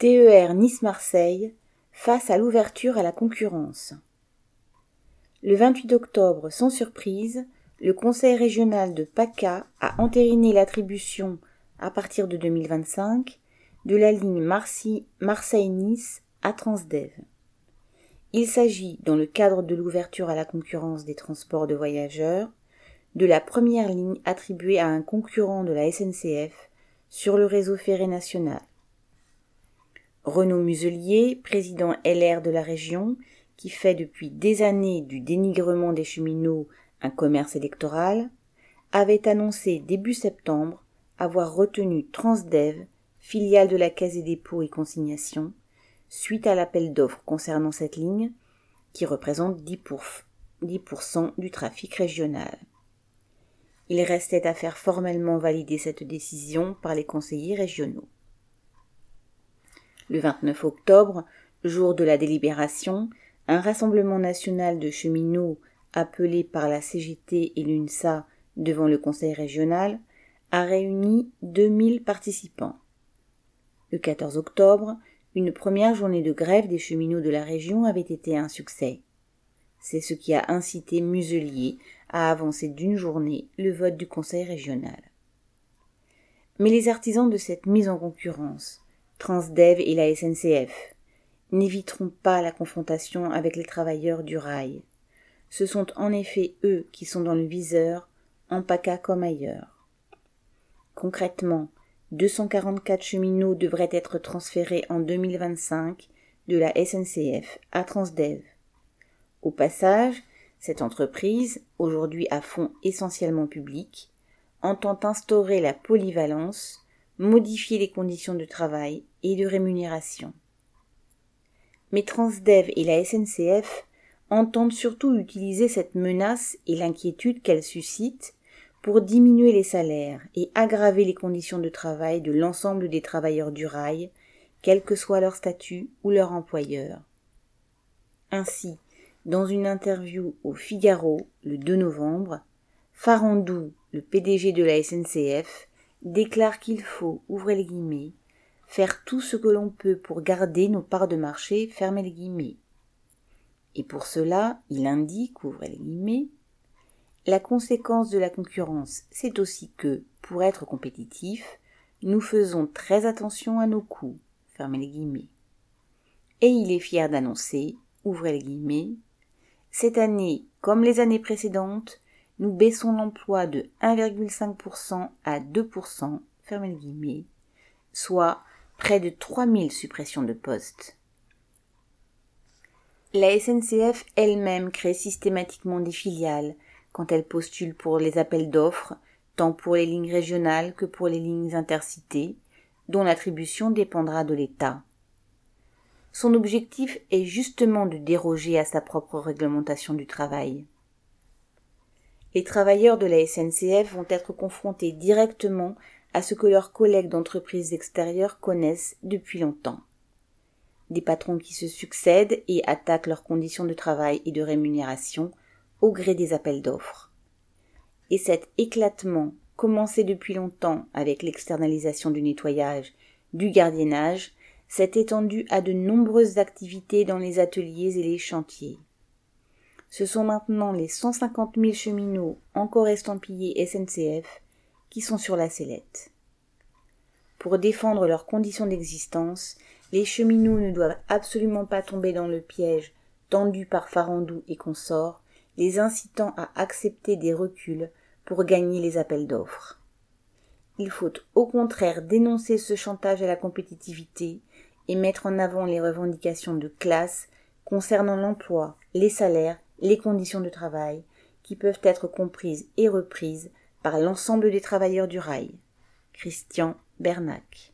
TER Nice-Marseille face à l'ouverture à la concurrence. Le 28 octobre, sans surprise, le Conseil régional de PACA a entériné l'attribution, à partir de 2025, de la ligne Marseille-Nice à Transdev. Il s'agit, dans le cadre de l'ouverture à la concurrence des transports de voyageurs, de la première ligne attribuée à un concurrent de la SNCF sur le réseau ferré national. Renaud Muselier, président LR de la région, qui fait depuis des années du dénigrement des cheminots un commerce électoral, avait annoncé début septembre avoir retenu Transdev, filiale de la Caisse des dépôts et consignations, suite à l'appel d'offres concernant cette ligne, qui représente 10% du trafic régional. Il restait à faire formellement valider cette décision par les conseillers régionaux. Le 29 octobre, jour de la délibération, un rassemblement national de cheminots appelé par la CGT et l'UNSA devant le conseil régional a réuni 2000 participants. Le 14 octobre, une première journée de grève des cheminots de la région avait été un succès. C'est ce qui a incité Muselier à avancer d'une journée le vote du conseil régional. Mais les artisans de cette mise en concurrence, Transdev et la SNCF, n'éviteront pas la confrontation avec les travailleurs du rail. Ce sont en effet eux qui sont dans le viseur, en PACA comme ailleurs. Concrètement, 244 cheminots devraient être transférés en 2025 de la SNCF à Transdev. Au passage, cette entreprise, aujourd'hui à fond essentiellement public, entend instaurer la polyvalence, modifier les conditions de travail et de rémunération. Mais Transdev et la SNCF entendent surtout utiliser cette menace et l'inquiétude qu'elle suscite pour diminuer les salaires et aggraver les conditions de travail de l'ensemble des travailleurs du rail, quel que soit leur statut ou leur employeur. Ainsi, dans une interview au Figaro le 2 novembre, Farandou, le PDG de la SNCF, déclare qu'il faut, ouvrez les guillemets, faire tout ce que l'on peut pour garder nos parts de marché, fermez les guillemets. Et pour cela, il indique, ouvrez les guillemets, la conséquence de la concurrence, c'est aussi que, pour être compétitifs, nous faisons très attention à nos coûts, fermez les guillemets. Et il est fier d'annoncer, ouvrez les guillemets, cette année, comme les années précédentes, nous baissons l'emploi de 1,5% à 2%, fermez les guillemets, soit près de 3000 suppressions de postes. La SNCF elle-même crée systématiquement des filiales quand elle postule pour les appels d'offres, tant pour les lignes régionales que pour les lignes intercités, dont l'attribution dépendra de l'État. Son objectif est justement de déroger à sa propre réglementation du travail. Les travailleurs de la SNCF vont être confrontés directement à ce que leurs collègues d'entreprises extérieures connaissent depuis longtemps. Des patrons qui se succèdent et attaquent leurs conditions de travail et de rémunération au gré des appels d'offres. Et cet éclatement, commencé depuis longtemps avec l'externalisation du nettoyage, du gardiennage, s'est étendu à de nombreuses activités dans les ateliers et les chantiers. Ce sont maintenant les 150 000 cheminots encore estampillés SNCF qui sont sur la sellette. Pour défendre leurs conditions d'existence, les cheminots ne doivent absolument pas tomber dans le piège tendu par Farandou et consorts, les incitant à accepter des reculs pour gagner les appels d'offres. Il faut au contraire dénoncer ce chantage à la compétitivité et mettre en avant les revendications de classe concernant l'emploi, les salaires, les conditions de travail, qui peuvent être comprises et reprises par l'ensemble des travailleurs du rail. Christian Bernac.